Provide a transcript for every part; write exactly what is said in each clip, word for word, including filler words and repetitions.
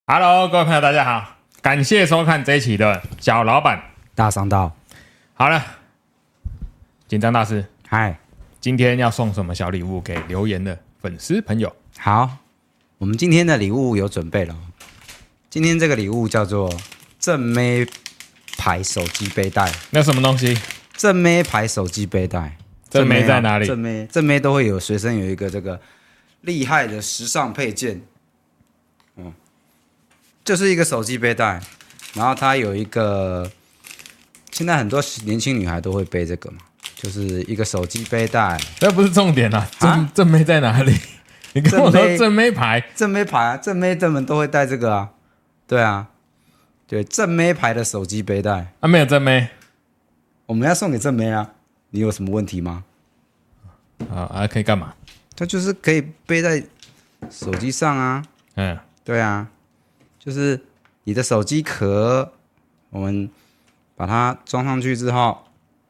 Hello， 各位朋友，大家好，感谢收看这一期的小老板大商道。 好了，紧张大师， 嗨， 今天要送什么小礼物给留言的粉丝朋友？ 好，我们今天的礼物有准备了。今天这个礼物叫做正妹牌手机背带。 那什么东西？ 正妹牌手机背带。 正妹在哪里？ 正妹正妹都会有随身有一个这个厉害的时尚配件。嗯，就是一个手机背带，然后它有一个，现在很多年轻女孩都会背这个嘛，就是一个手机背带。 那不是重点啦，正、啊、正妹在哪里？你跟我说正妹牌， 正妹牌啊，正妹他们都会带这个啊，对啊，对正妹牌的手机背带啊，没有正妹， 我们要送给正妹啊，你有什么问题吗？ 啊啊，可以干嘛？ 它就是可以背在手机上啊， 嗯， 对啊。就是你的手机壳，我们把它装上去之后，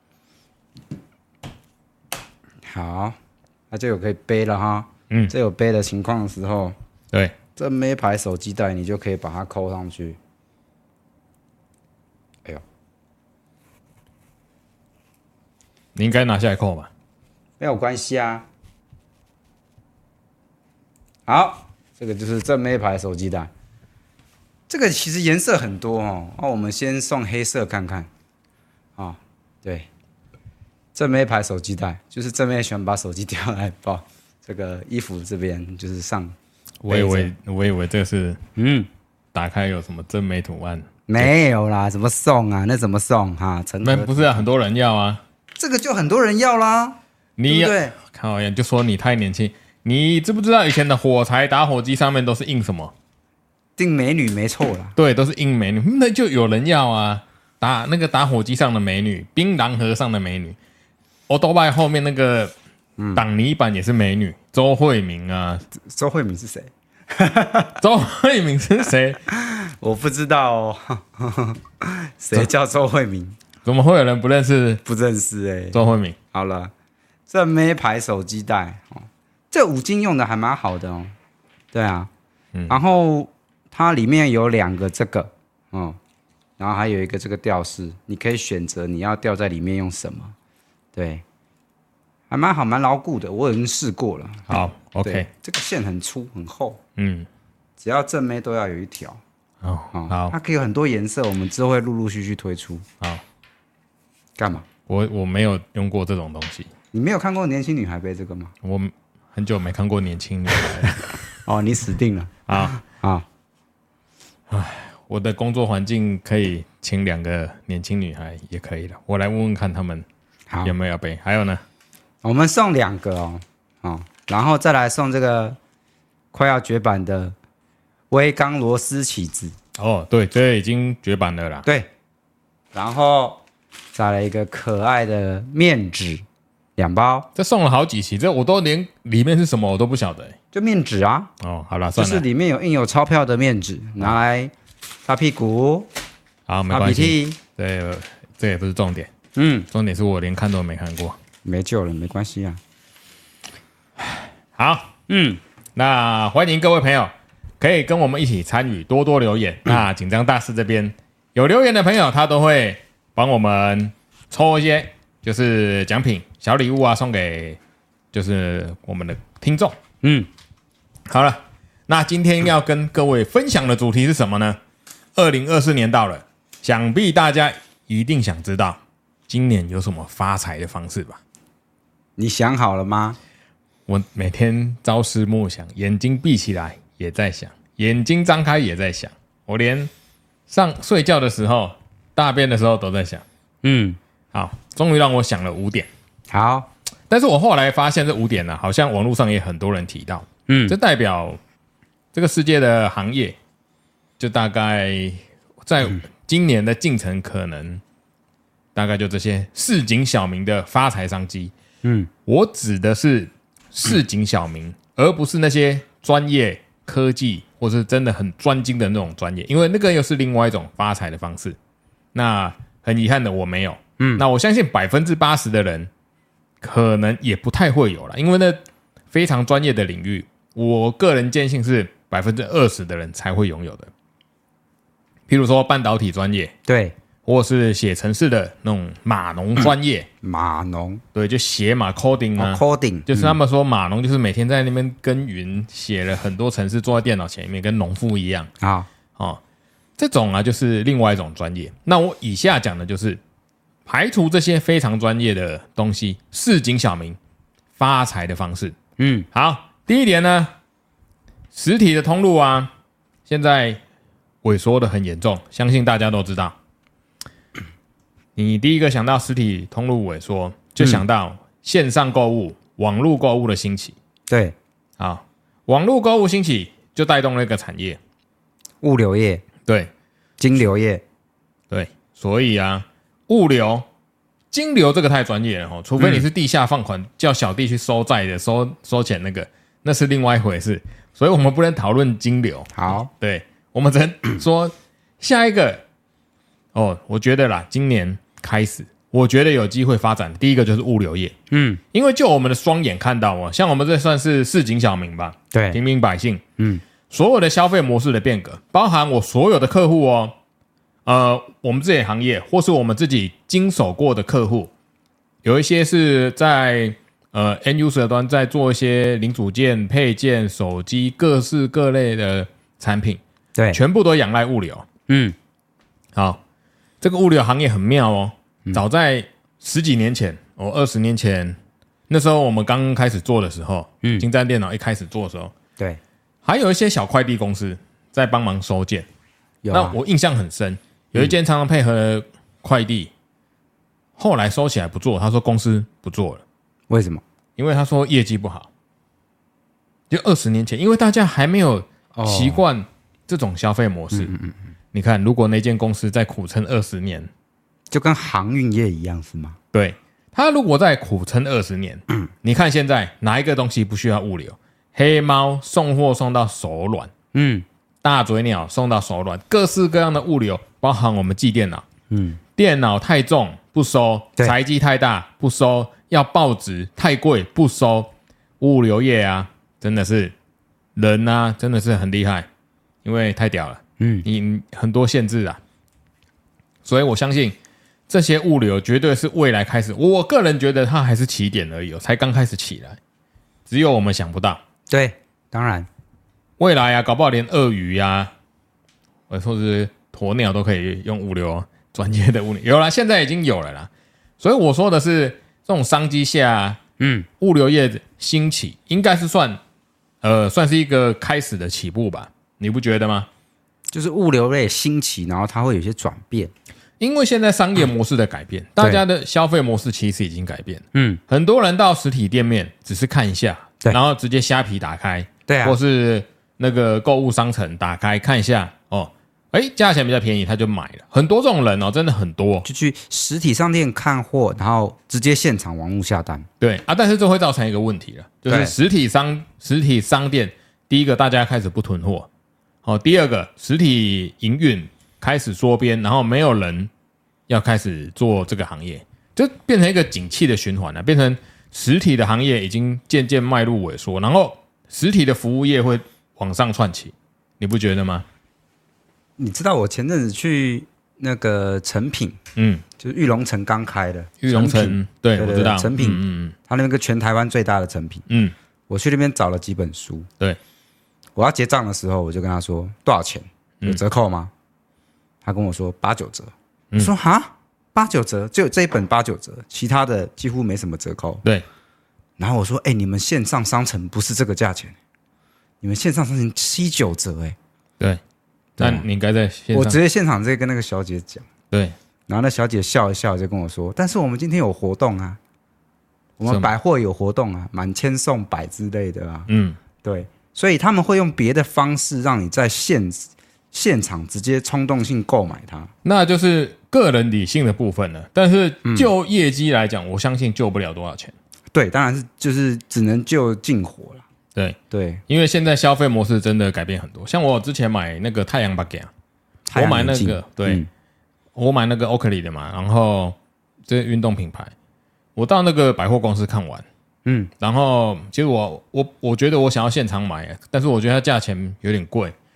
好，那就有可以背了哈。嗯，这有背的情况的时候， 对， 这妹牌手机带你就可以把它扣上去。哎呦， 你应该拿下来扣吧？ 没有关系啊。好，这个就是正妹牌手机带。这个其实颜色很多哦，那、哦、我们先送黑色看看，啊、哦，对，正妹牌手机带，就是正妹喜欢把手机掉来抱这个衣服这边，就是上。 我以为我以为这是嗯，打开有什么正妹图案？ 没有啦，怎么送啊？那怎么送哈？ 那不是啊，很多人要啊， 这个就很多人要啦， 你对不对？ 看我眼就说你太年轻，你知不知道以前的火柴打火机上面都是印什么？ 定美女没错啦， 对，都是印美女，那就有人要啊。打那个打火机上的美女，槟榔盒上的美女，欧多拜后面那个挡泥板也是美女，周慧敏啊。 周慧敏是谁？ 周慧敏是谁？ 我不知道哦。谁叫周慧敏？ 怎么会有人不认识？ 不认识哎、欸。 周慧敏。 好了，正妹牌手机带哦，这五金用的还蛮好的哦。对啊，嗯、然后。它里面有两个这个，嗯，然后还有一个这个吊饰，你可以选择你要吊在里面用什么，对，还蛮好，蛮牢固的，我已经试过了。 好 ，OK， 这个线很粗很厚， 嗯， 只要正妹都要有一条。 哦，哦好， 它可以有很多颜色，我们之后会陆陆续续推出。 好， 干嘛？ 我我没有用过这种东西。 你没有看过年轻女孩背这个吗？ 我很久没看过年轻女孩。 哦，你死定了啊啊！ 唉，我的工作环境可以请两个年轻女孩也可以了，我来问问看他们有没有要背。还有呢， 我们送两个哦，哦，然后再来送这个快要绝版的微钢螺丝起子。 哦，对，这已经绝版了啦。 对，然后再来一个可爱的面纸两包， 这送了好几期，这我都连里面是什么我都不晓得、欸。 就面纸啊。 哦，好了，算了， 就是里面有印有钞票的面纸，拿来擦屁股， 好，没关系。 擦鼻涕， 对，这也不是重点。 嗯， 重点是我连看都没看过， 没救了，没关系啊。 好，嗯，那欢迎各位朋友可以跟我们一起参与，多多留言。嗯、那紧张大师这边有留言的朋友，他都会帮我们抽一些就是奖品、小礼物啊，送给就是我们的听众。嗯。好了，那今天要跟各位分享的主题是什么呢？二零二四年到了，想必大家一定想知道今年有什么发财的方式吧？ 你想好了吗？ 我每天朝思暮想，眼睛闭起来也在想，眼睛张开也在想，我连上睡觉的时候、大便的时候都在想。嗯，好，终于让我想了五点。 好， 但是我后来发现这五点呢、啊，好像网络上也很多人提到。嗯，这代表这个世界的行业，就大概在今年的进程，可能大概就这些市井小民的发财商机。嗯，我指的是市井小民，而不是那些专业科技或是真的很专精的那种专业，因为那个又是另外一种发财的方式。那很遗憾的，我没有。嗯，那我相信百分之八十的人可能也不太会有了，因为那非常专业的领域。我个人坚信是百分之二十的人才会拥有的。 譬如说半导体专业， 对， 或是写程式的那种码农专业， 嗯、码农， 对，就写码 coding 啊、 哦、，coding， 就是他们说码农就是每天在那边耕耘，写了很多程式，坐在电脑前面，跟农夫一样啊。 哦，这种啊就是另外一种专业。那我以下讲的就是排除这些非常专业的东西，市井小民发财的方式。 嗯， 好，第一点呢，实体的通路啊，现在萎缩的很严重，相信大家都知道。你第一个想到实体通路萎缩，就想到线上购物、网络购物的兴起。 对， 啊，网络购物兴起就带动了一个产业， 物流业， 对， 金流业， 对，所以啊，物流、金流这个太专业了哦，除非你是地下放款，嗯、叫小弟去收债的、收收钱那个，那是另外一回事。所以我们不能讨论金流。 好， 对，我们只能说下一个哦，我觉得啦，今年开始，我觉得有机会发展。第一个就是物流业，嗯，因为就我们的双眼看到哦，像我们这算是市井小民吧， 对， 平民百姓， 嗯， 所有的消费模式的变革，包含我所有的客户哦，呃，我们自己的行业或是我们自己经手过的客户，有一些是在呃 end user 端在做一些零组件、配件、手机各式各类的产品， 对， 全部都仰赖物流，嗯，好。这个物流行业很妙哦，早在十几年前，哦，二十年前，那时候我们刚刚开始做的时候，嗯，金站电脑一开始做的时候， 对， 还有一些小快递公司在帮忙收件。 有啊、 那我印象很深，有一间常常配合的快递，嗯、后来收起来不做，他说公司不做了。 为什么？ 因为他说业绩不好。就二十年前，因为大家还没有习惯这种消费模式。哦嗯嗯嗯你看，如果那间公司再苦撑二十年， 就跟航运业一样，是吗？ 对，他如果再苦撑二十年，嗯、你看现在哪一个东西不需要物流？黑猫送货送到手软，嗯，大嘴鸟送到手软，各式各样的物流，包含我们寄电脑，嗯，电脑太重不收，材积太大不收，要报纸太贵不收，物流业啊，真的是人啊，真的是很厉害，因为太屌了。嗯，你很多限制啊，所以我相信这些物流绝对是未来开始。我个人觉得它还是起点而已、哦，才刚开始起来，只有我们想不到。 对，当然， 未来啊，搞不好连鳄鱼呀、啊，或者是鸵鸟都可以用物流专业的物流，有啦，现在已经有了啦。所以我说的是这种商机下，嗯，物流业兴起，应该是算呃算是一个开始的起步吧？你不觉得吗？ 就是物流类兴起，然后它会有些转变， 因为现在商业模式的改变，大家的消费模式其实已经改变。嗯，很多人到实体店面只是看一下，然后直接虾皮打开， 对啊， 或是那个购物商城打开看一下，哦，哎，价钱比较便宜，他就买了。很多这种人哦，真的很多， 就去实体商店看货，然后直接现场网络下单。 对啊，但是这会造成一个问题了，就是实体商实体商店，第一个大家开始不囤货。哦，第二个，实体营运开始缩编，然后没有人要开始做这个行业，就变成一个景气的循环了，变成实体的行业已经渐渐迈入萎缩，然后实体的服务业会往上窜起，你不觉得吗？ 你知道我前阵子去那个诚品，嗯，就是玉龙城刚开的玉龙城，对，对对对我知道诚品，嗯嗯，他那个全台湾最大的诚品，嗯，我去那边找了几本书， 对。 我要结账的时候，我就跟他说多少钱，有折扣吗？嗯、他跟我说八九折。我说哈，八九折，只有这一本八九折，其他的几乎没什么折扣。 对。 然后我说，哎、欸，你们线上商城不是这个价钱，你们线上商城七九折、欸，哎。 对。那你应该在线上， 我直接现场直接跟那个小姐讲。 对。 然后那小姐笑一笑，就跟我说，但是我们今天有活动啊，我们百货有活动啊，满千送百之类的啊。嗯，对。所以他们会用别的方式让你在现现场直接冲动性购买它， 那就是个人理性的部分了。但是就业绩来讲，嗯、我相信救不了多少钱。 对，当然是就是只能救近火了。 对对， 因为现在消费模式真的改变很多。像我之前买那个太阳 Bug， 我买那个对，嗯、我买那个 Oakley 的嘛，然后这运动品牌，我到那个百货公司看完。嗯，然后其实我我我觉得我想要现场买，但是我觉得它价钱有点贵，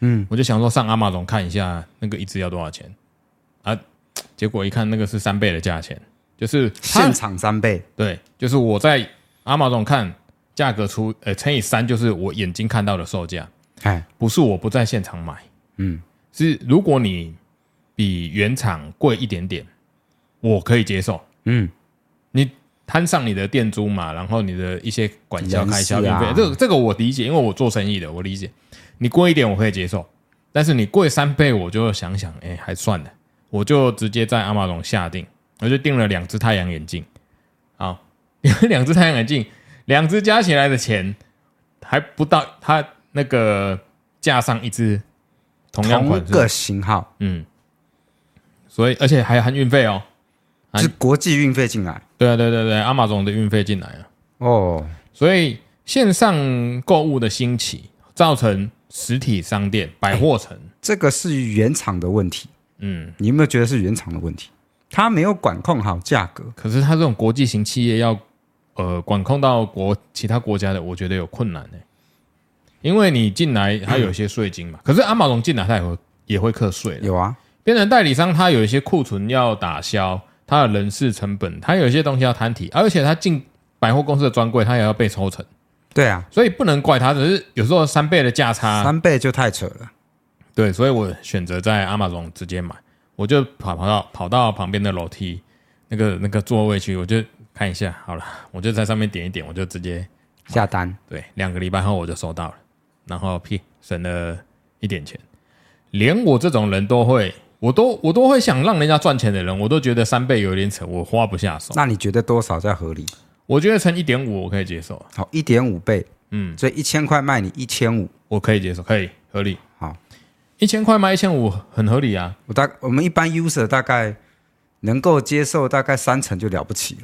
嗯，我就想说上 Amazon 看一下那个一只要多少钱啊，结果一看那个是三倍的价钱，就是现场三倍。 对，就是我在 Amazon 看价格出呃乘以三，就是我眼睛看到的售价，哎，不是我不在现场买，嗯，是如果你比原厂贵一点点，我可以接受，嗯，你摊上你的店租嘛，然后你的一些管销开销运费，啊、这个这个我理解，因为我做生意的，我理解。你贵一点我可以接受，但是你贵三倍，我就想想，哎、欸，还算了，我就直接在 Amazon 下定，我就订了两只太阳眼镜，好，两只太阳眼镜，两只加起来的钱还不到它那个架上一只同样款式同个型号， 嗯，所以而且还含运费哦。 是国际运费进来， 对啊，对对对 ，Amazon 的运费进来啊。 哦， 所以线上购物的兴起，造成实体商店、百货城、欸， 这个是原厂的问题。嗯，你有没有觉得是原厂的问题？它没有管控好价格。 可是它这种国际型企业要呃管控到国其他国家的，我觉得有困难呢、欸。因为你进来，它有一些税金嘛。嗯、可是 Amazon 进来，它也会也会课税。 有啊， 变成代理商，它有一些库存要打销。它的人事成本，它有一些东西要摊提，而且它进百货公司的专柜，它也要被抽成。 对啊， 所以不能怪它，只是有时候三倍的价差， 三倍就太扯了。 对，所以我选择在 Amazon 直接买，我就跑跑到跑到旁边的楼梯那个那个座位区，我就看一下，好了，我就在上面点一点，我就直接下单。 对，两个礼拜后我就收到了，然后屁省了一点钱，连我这种人都会。我都我都会想让人家赚钱的人，我都觉得三倍有点扯，我花不下手。 那你觉得多少才合理？ 我觉得乘一点五我可以接受。 好，一点五倍，嗯，所以一千块卖你一千五， 我可以接受，可以合理。 好， 一千块卖一千五很合理啊。 我大我们一般 user 大概能够接受大概三成就了不起了。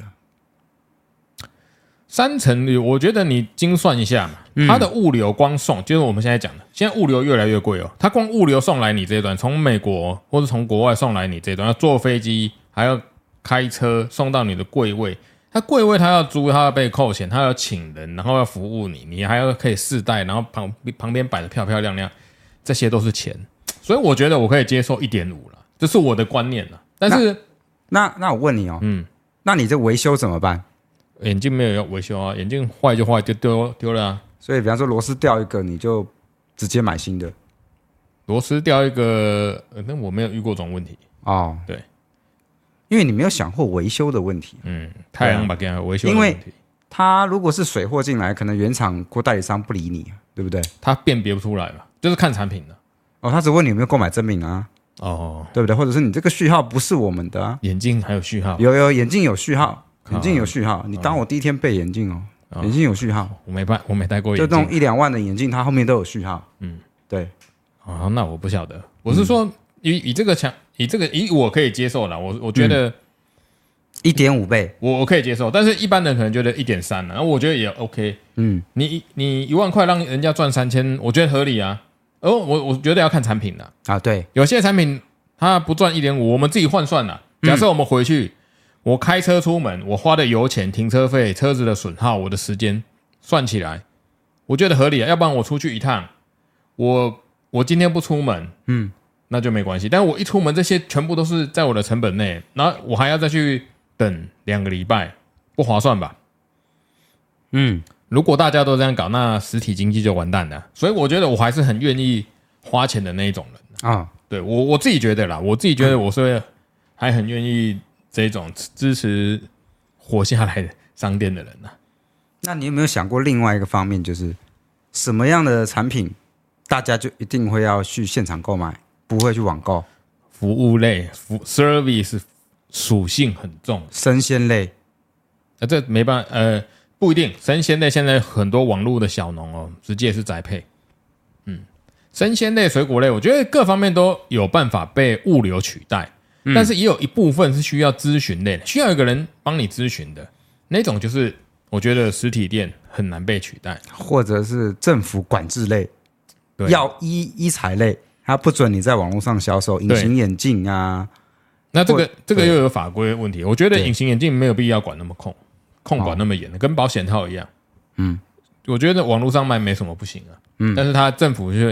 三成，我觉得你精算一下嘛，嗯、它的物流光送，就是我们现在讲的，现在物流越来越贵哦。它光物流送来你这一段，从美国或者从国外送来你这一段，要坐飞机，还要开车送到你的柜位。它柜位它要租，它要被扣钱，它要请人，然后要服务你，你还要可以试戴，然后旁旁边摆的漂漂亮亮，这些都是钱。所以我觉得我可以接受一点五了，这是我的观念了。但是那那, 那我问你哦，嗯，那你这维修怎么办？ 眼镜没有要维修啊，眼镜坏就坏就丢丢了啊。 所以比方说螺丝掉一个，你就直接买新的。 螺丝掉一个，呃、那我没有遇过这种问题哦。 对， 因为你没有想过维修的问题。 嗯，太阳把给它维修的问题。 因为他如果是水货进来，可能原厂或代理商不理你，对不对？ 他辨别不出来嘛，就是看产品的。 哦，他只问你有没有购买证明啊。 哦， 对不对？或者是你这个序号不是我们的啊？ 眼镜还有序号？ 有有，眼镜有序号。眼镜有序号，你当我第一天备眼镜哦，哦眼镜有序号， 我没办，我没戴过眼镜， 就那种一两万的眼镜，它后面都有序号。嗯，对。 哦，那我不晓得，我是说，以以这个强，以这个以我可以接受了，我我觉得一点五倍， 我我可以接受，但是一般人可能觉得一点三了，然后我觉得也 OK。嗯，你你一万块让人家赚三千，我觉得合理啊。哦，我我觉得要看产品的啊，对， 有些产品它不赚一点五，我们自己换算了。假设我们回去。我开车出门，我花的油钱、停车费、车子的损耗，我的时间算起来，我觉得合理啊。要不然我出去一趟，我我今天不出门，嗯，那就没关系。但我一出门，这些全部都是在我的成本内，然后我还要再去等两个礼拜，不划算吧？嗯，如果大家都这样搞，那实体经济就完蛋了。所以我觉得我还是很愿意花钱的那一种人啊。对我我自己觉得啦，我自己觉得我是还很愿意。这种支持活下来的商店的人呢、啊？ 那你有没有想过另外一个方面，就是什么样的产品，大家就一定会要去现场购买，不会去网购？ 服务类、服 service 属性很重， 生鲜类， 呃，这没办法，呃，不一定。生鲜类现在很多网络的小农哦，直接是宅配。嗯，生鲜类、水果类，我觉得各方面都有办法被物流取代。但是也有一部分是需要咨询类的，需要有一个人帮你咨询的那种，就是我觉得实体店很难被取代， 或者是政府管制类，要医医材类，它不准你在网络上销售隐形眼镜啊。 那这个这个又有法规问题，我觉得隐形眼镜没有必要管那么控，控管那么严的，跟保险套一样。嗯，我觉得网络上卖没什么不行啊。嗯，但是它政府就会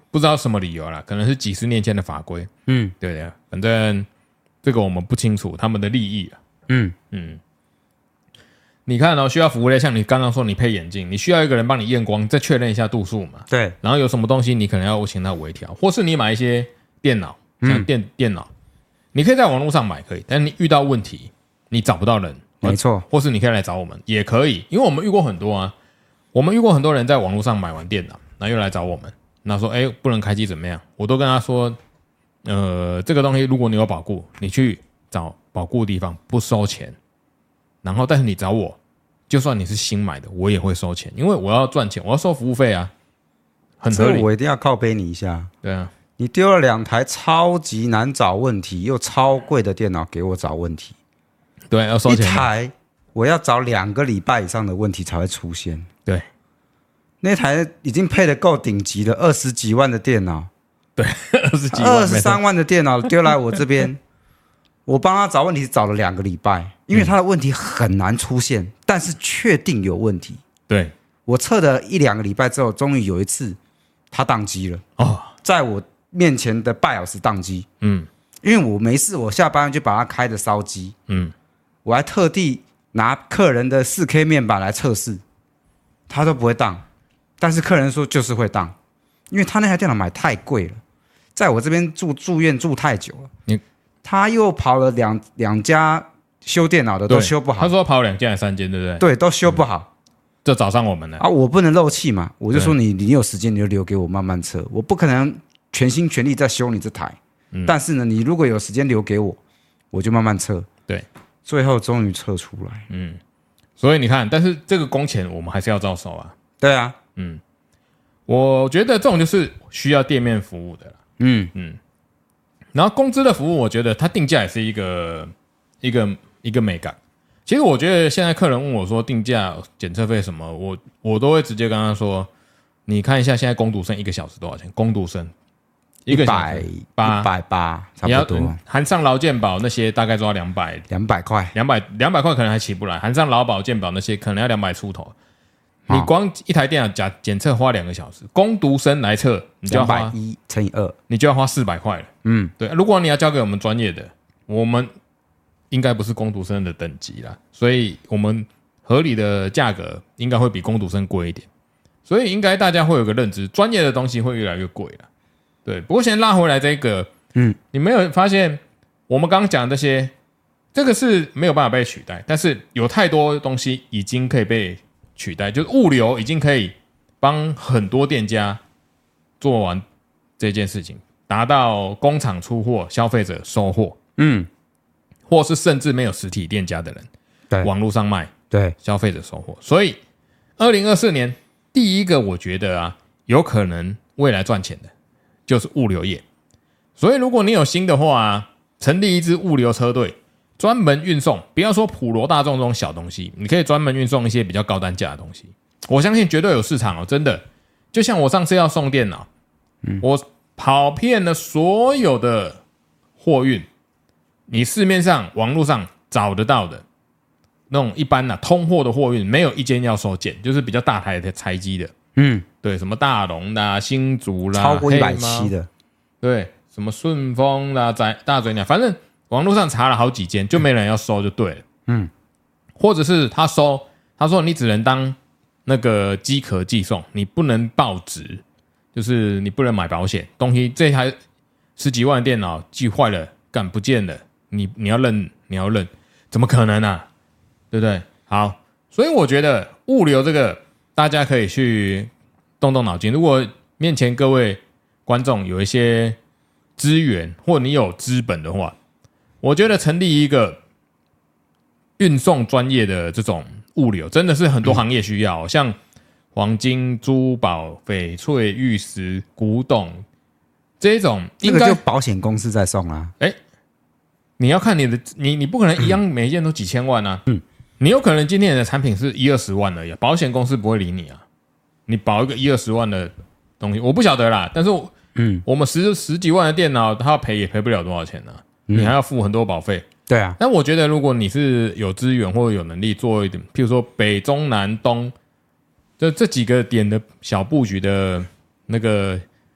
不知道什么理由啦，可能是几十年前的法规， 嗯， 对的，反正这个我们不清楚他们的利益啊。 嗯嗯，你看哦，需要服务类，像你刚刚说你配眼镜，你需要一个人帮你验光，再确认一下度数嘛。 对， 然后有什么东西你可能要请他微调，或是你买一些电脑，像电、嗯、电脑，你可以在网络上买，可以，但你遇到问题你找不到人， 没错， 或是你可以来找我们也可以，因为我们遇过很多啊，我们遇过很多人在网络上买完电脑，然后又来找我们，那说哎不能开机怎么样？我都跟他说，呃，这个东西如果你有保固，你去找保固地方不收钱，然后但是你找我，就算你是新买的，我也会收钱，因为我要赚钱，我要收服务费啊，很合理。 这我一定要靠背你一下。 对啊， 你丢了两台超级难找问题又超贵的电脑给我找问题， 对，要收钱。 一台我要找两个礼拜以上的问题才会出现。 对， 那台已经配的够顶级的二十几万的电脑， 对，二十几万、 二十三万的电脑丢来我这边，我帮他找问题找了两个礼拜，因为他的问题很难出现，嗯、但是确定有问题。 对， 我测了一两个礼拜之后，终于有一次他宕机了。哦，在我面前的半小时宕机。嗯，因为我没事，我下班就把它开的烧机。嗯，我还特地拿客人的 四 K 面板来测试，他都不会宕，但是客人说就是会宕，因为他那台电脑买太贵了，在我这边住住院住太久了。你他又跑了两两家修电脑的都修不好， 他说跑两间还是三间，对不对？ 对，都修不好。嗯， 就找上我们了啊！ 我不能漏气嘛，我就说你你有时间你就留给我慢慢测，我不可能全心全力在修你这台。嗯，但是呢，你如果有时间留给我，我就慢慢测。 对， 最后终于测出来。 嗯，所以你看，但是这个工钱我们还是要照收啊。 对啊， 嗯，我觉得这种就是需要店面服务的啦。嗯嗯，然后工资的服务，我觉得它定价也是一个一个一个美感。其实我觉得现在客人问我说定价检测费什么，我我都会直接跟他说，你看一下现在工读生一个小时多少钱？工读生一个小时八一百八，差不多， 含上劳健保那些大概都要两百两百块， 两百两百块可能还起不来，含上劳保健保那些可能要两百出头。你光一台电脑检检测花两个小时，工读生来测，你就要花一乘以二， 你就要花四百块了。嗯，对，如果你要交给我们专业的，我们应该不是工读生的等级啦，所以我们合理的价格应该会比工读生贵一点，所以应该大家会有个认知，专业的东西会越来越贵啦。对，不过先拉回来这个，嗯，你没有发现我们刚刚讲的这些，这个是没有办法被取代，但是有太多东西已经可以被取代，就是物流已经可以帮很多店家做完这件事情，达到工厂出货，消费者收货，嗯。或是甚至没有实体店家的人，对，网络上卖， 对， 消费者收货。所以，二零二四年第一个，我觉得啊，有可能未来赚钱的，就是物流业。所以，如果你有心的话啊，成立一支物流车队，专门运送，不要说普罗大众这种小东西，你可以专门运送一些比较高单价的东西。我相信绝对有市场哦，真的。就像我上次要送电脑，嗯，我跑遍了所有的货运。你市面上网络上找得到的那种一般的、啊、通货的货运，没有一间要收件，就是比较大台的拆机的，嗯，对，什么大龙啦、新竹啦， 超过一百七的， 对，什么顺丰啦、大嘴鸟，反正网络上查了好几间，就没人要收就对了，嗯，或者是他收，他说你只能当那个机壳寄送，你不能报值，就是你不能买保险，东西这台十几万的电脑寄坏了，干不见了。你你要认你要认，怎么可能啊？对不对？好，所以我觉得物流这个大家可以去动动脑筋。如果面前各位观众有一些资源，或你有资本的话，我觉得成立一个运送专业的这种物流，真的是很多行业需要，像黄金、珠宝、翡翠、玉石、古董这种， 这个就保险公司在送啊。 哎。你要看你的，你你不可能一样每一件都几千万啊，嗯，你有可能今天的产品是一二十万而已，保险公司不会理你啊，你保一个一二十万的东西，我不晓得啦，但是嗯，我们十十几万的电脑，它赔也赔不了多少钱啊，嗯，你还要付很多保费， 对啊， 但我觉得如果你是有资源或者有能力做一点，譬如说北中南东这这几个点的小布局的那个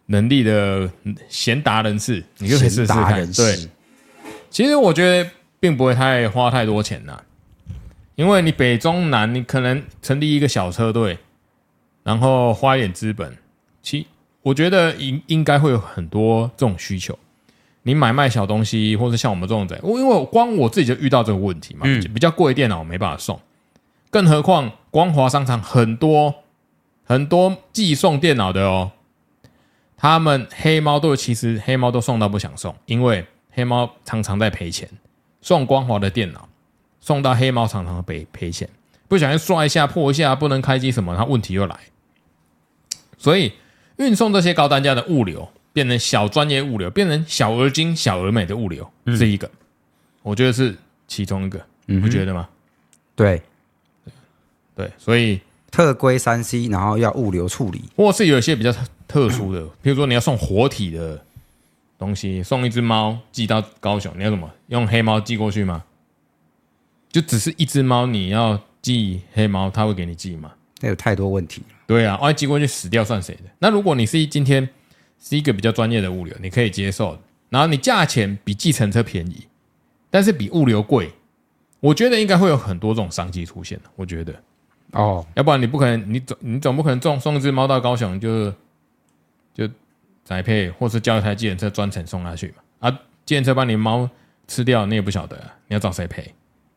能力的闲达人士，你就可以试试看。对，其实我觉得并不会太花太多钱啦，因为你北中南，你可能成立一个小车队，然后花一点资本，其我觉得应应该会有很多这种需求。你买卖小东西，或者像我们这种人，因为我光我自己就遇到这个问题嘛，嗯、比较贵的电脑没办法送，更何况光华商场很多很多寄送电脑的哦，他们黑猫都其实黑猫都送到不想送，因为黑猫常常在赔钱，送光华的电脑送到黑猫常常赔赔钱，不小心摔一下破一下不能开机什么，然后问题又来，所以运送这些高单价的物流。变成小专业物流，变成小而精、小而美的物流，嗯、是一个，我觉得是其中一个，你不觉得吗？ 对， 对，所以特规三 C， 然后要物流处理， 或是有一些比较特殊的，比如说你要送活体的东西，送一只猫寄到高雄，你要怎么用黑猫寄过去吗？就只是一只猫，你要寄黑猫，他会给你寄吗？ 那有太多问题了。 对啊，万一寄过去死掉算谁的？那如果你是今天是一个比较专业的物流，你可以接受的，然后你价钱比计程车便宜，但是比物流贵，我觉得应该会有很多这种商机出现。我觉得哦， 要不然你不可能，你总你总不可能送送一只猫到高雄就就宅配，或是叫一台计程车专程送下去嘛？啊，计程车把你猫吃掉，你也不晓得、啊，你要找谁赔？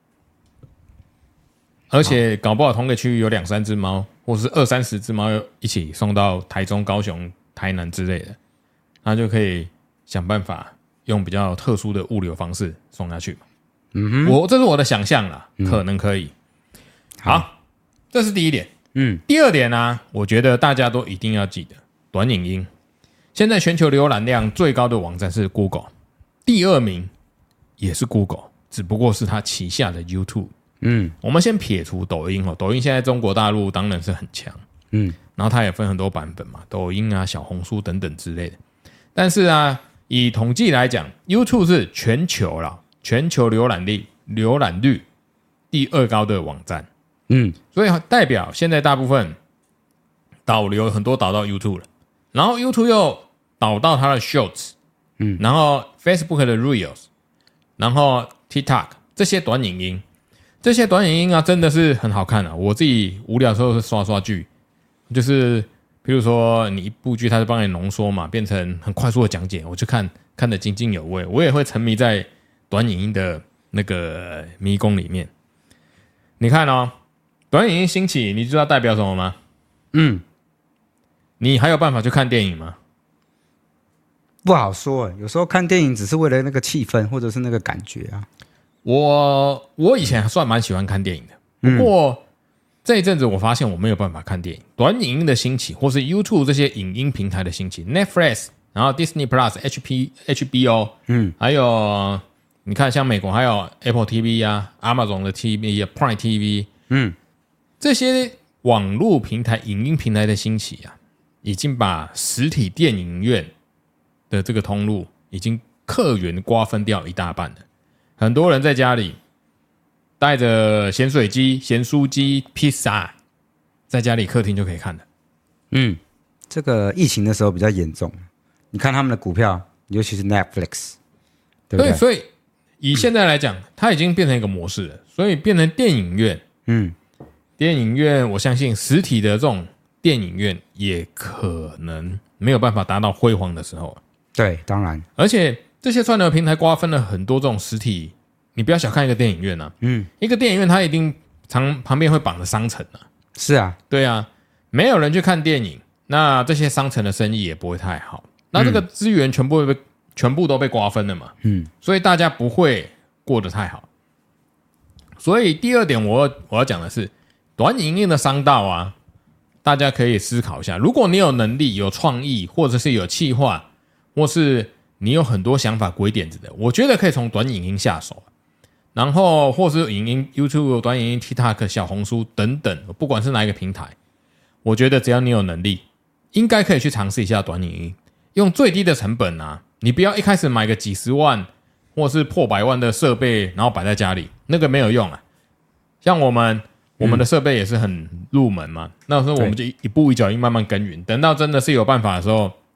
而且搞不好同个区域有两三只猫，或是二三十只猫一起送到台中、高雄、台南之类的，那就可以想办法用比较特殊的物流方式送下去嘛。嗯哼，我这是我的想象啦，嗯、可能可以。好，好，这是第一点。嗯，第二点呢、啊，我觉得大家都一定要记得，短影音。现在全球浏览量最高的网站是 Google， 第二名也是 Google， 只不过是它旗下的 YouTube。嗯，我们先撇除抖音哦，抖音现在中国大陆当然是很强。嗯。然后它也分很多版本嘛，抖音啊、小红书等等之类的。但是啊，以统计来讲 ，YouTube 是全球啦，全球浏览率浏览率第二高的网站。嗯，所以代表现在大部分导流很多导到 YouTube 了，然后 YouTube 又导到它的 Shorts， 嗯，然后 Facebook 的 Reels， 然后 TikTok 这些短影音，这些短影音啊，真的是很好看啊！我自己无聊的时候是刷刷剧。就是比如说你一部剧它是帮你浓缩嘛，变成很快速的讲解，我就看看得津津有味。我也会沉迷在短影音的那个迷宫里面。你看哦，短影音兴起，你知道代表什么吗？嗯，你还有办法去看电影吗？ 不好说诶，有时候看电影只是为了那个气氛或者是那个感觉啊。 我我以前算蛮喜欢看电影的，不过、嗯这一阵子我发现我没有办法看电影，短影音的兴起，或是 YouTube 这些影音平台的兴起 ，Netflix， 然后 Disney Plus、H P、H B O， 嗯，还有你看像美国还有 Apple T V 啊、Amazon 的 T V 啊、Prime T V， 嗯，这些网络平台、影音平台的兴起啊，已经把实体电影院的这个通路已经客源瓜分掉一大半了，很多人在家里。带着咸水鸡、咸酥鸡、披萨，在家里客厅就可以看的。 嗯，这个疫情的时候比较严重。你看他们的股票，尤其是 Netflix， 对不对？ 对，所以以现在来讲，它已经变成一个模式了，所以变成电影院。嗯，电影院，我相信实体的这种电影院也可能没有办法达到辉煌的时候。 对，当然， 而且这些串流平台瓜分了很多这种实体。你不要小看一个电影院啊，嗯，一个电影院它一定常旁边会绑着商城啊， 是啊， 对啊，没有人去看电影，那这些商城的生意也不会太好，那这个资源全部会被、嗯、全部都被瓜分了嘛，嗯，所以大家不会过得太好。所以第二点我我要讲的是，短影音的商道啊，大家可以思考一下，如果你有能力、有创意，或者是有企划，或是你有很多想法、鬼点子的，我觉得可以从短影音下手。然后或是影音 YouTube 短影音 TikTok 小红书等等，不管是哪一个平台，我觉得只要你有能力，应该可以去尝试一下短影音，用最低的成本啊，你不要一开始买个几十万或是破百万的设备，然后摆在家里，那个没有用啊。像我们我们的设备也是很入门嘛，那时候我们就一步一脚印慢慢耕耘，等到真的是有办法的时候，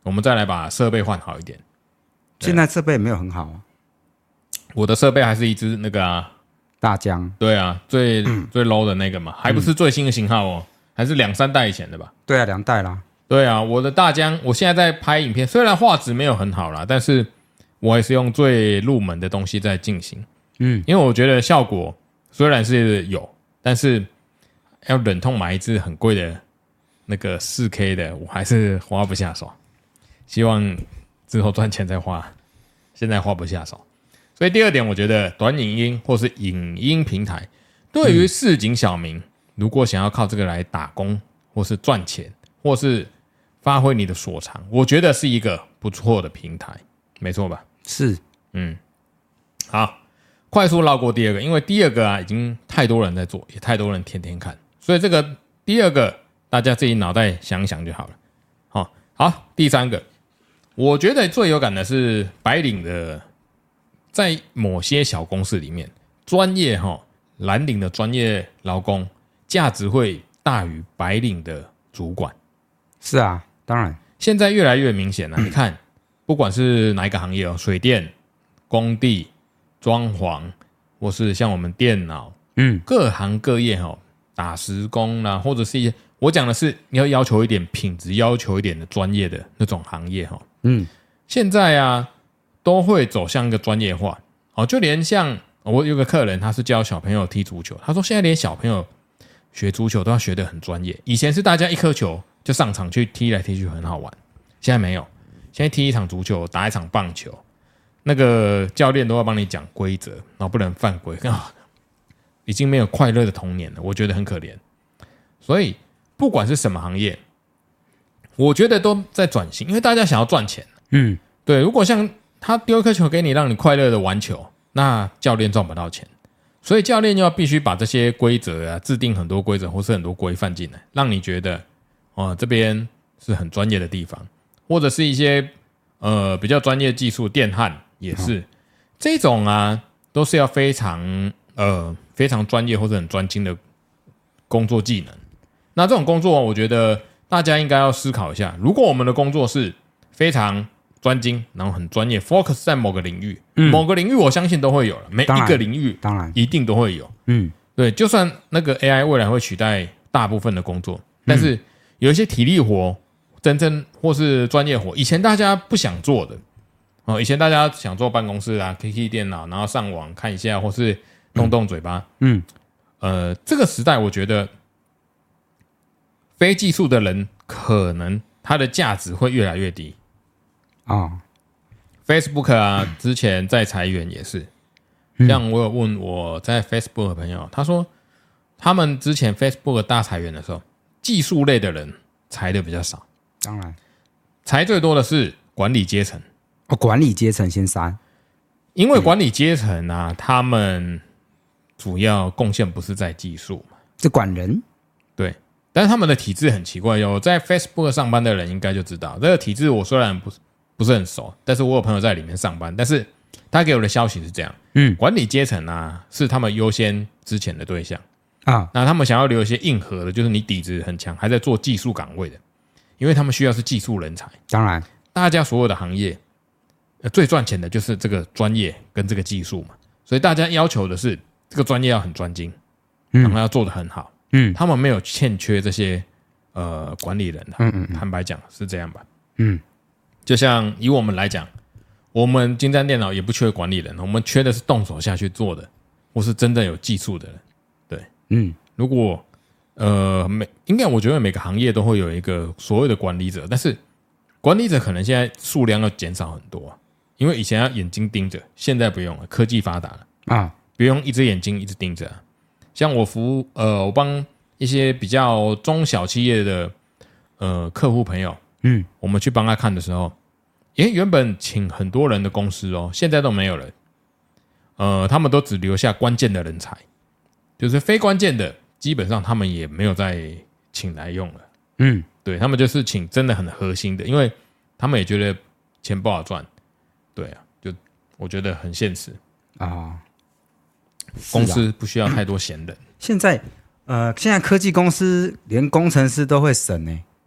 我们再来把设备换好一点。 现在设备没有很好啊， 我的设备还是一支那个啊大疆， 对啊，最、嗯、最 low 的那个嘛，还不是最新的型号哦，还是两三代以前的吧？ 对啊，两代啦。 对啊，我的大疆，我现在在拍影片，虽然画质没有很好啦，但是我还是用最入门的东西在进行。嗯，因为我觉得效果虽然是有，但是要忍痛买一支很贵的那个 四 K 的，我还是花不下手。希望之后赚钱再花，现在花不下手。所以第二点，我觉得短影音或是影音平台，对于市井小民，如果想要靠这个来打工，或是赚钱，或是发挥你的所长，我觉得是一个不错的平台，没错吧？ 是， 嗯，好，快速绕过第二个，因为第二个啊，已经太多人在做，也太多人天天看，所以这个第二个大家自己脑袋想一想就好了。好，好，第三个，我觉得最有感的是白领的。在某些小公司里面，专业哈蓝领的专业劳工价值会大于白领的主管。 是啊，当然， 现在越来越明显了。你看，不管是哪一个行业哦，水电、工地、装潢，或是像我们电脑，嗯，各行各业哈，打石工啦，或者是一些我讲的是你要要求一点品质，要求一点的专业的那种行业哈，嗯，现在啊。都会走向一个专业化，哦，就连像我有个客人，他是教小朋友踢足球，他说现在连小朋友学足球都要学得很专业。以前是大家一颗球就上场去踢来踢去很好玩，现在没有，现在踢一场足球，打一场棒球，那个教练都要帮你讲规则，然后不能犯规，已经没有快乐的童年了，我觉得很可怜。所以不管是什么行业，我觉得都在转型，因为大家想要赚钱。嗯，对，如果像他丢一颗球给你，让你快乐的玩球，那教练赚不到钱，所以教练要必须把这些规则啊，制定很多规则或是很多规范进来，让你觉得哦这边是很专业的地方，或者是一些呃比较专业技术，电焊也是、嗯、这种啊，都是要非常呃非常专业或者很专精的工作技能。那这种工作，我觉得大家应该要思考一下，如果我们的工作是非常专精，然后很专业 ，focus 在某个领域、嗯，某个领域我相信都会有了，每一个领域当然一定都会有。嗯，对，就算那个 A I 未来会取代大部分的工作，但是有一些体力活，真正或是专业活，以前大家不想做的哦，以前大家想坐办公室啊 ，K K 电脑，然后上网看一下，或是动动嘴巴。嗯，呃，这个时代我觉得非技术的人可能他的价值会越来越低。啊、哦、，Facebook 啊，之前在裁员也是，像我有问我在 Facebook 的朋友，他说他们之前 Facebook 大裁员的时候，技术类的人裁的比较少， 当然， 裁最多的是管理阶层。 哦，管理阶层先删， 因为管理阶层啊，他们主要贡献不是在技术嘛， 是管人， 对。但是他们的体制很奇怪，有在 Facebook 上班的人应该就知道，这个体制我虽然不是。不是很熟，但是我有朋友在里面上班，但是他给我的消息是这样，嗯，管理阶层啊是他们优先之前的对象啊，那他们想要留一些硬核的，就是你底子很强，还在做技术岗位的，因为他们需要是技术人才。当然，大家所有的行业、呃、最赚钱的就是这个专业跟这个技术嘛，所以大家要求的是这个专业要很专精，然后要做得很好，嗯，他们没有欠缺这些呃管理人的，嗯嗯，坦白讲是这样吧，嗯。就像以我们来讲，我们精湛电脑也不缺管理人，我们缺的是动手下去做的，或是真正有技术的人。对，嗯，如果呃每应该我觉得每个行业都会有一个所谓的管理者，但是管理者可能现在数量要减少很多、啊，因为以前要眼睛盯着，现在不用了，科技发达了啊，不用一只眼睛一直盯着、啊。像我服务呃，我帮一些比较中小企业的呃客户朋友。嗯，我们去帮他看的时候，诶，原本请很多人的公司哦，现在都没有了。呃，他们都只留下关键的人才，就是非关键的，基本上他们也没有再请来用了。嗯，对，他们就是请真的很核心的，因为他们也觉得钱不好赚。对啊，就我觉得很现实啊。公司不需要太多闲人。 现在呃，现在科技公司连工程师都会审呢、欸。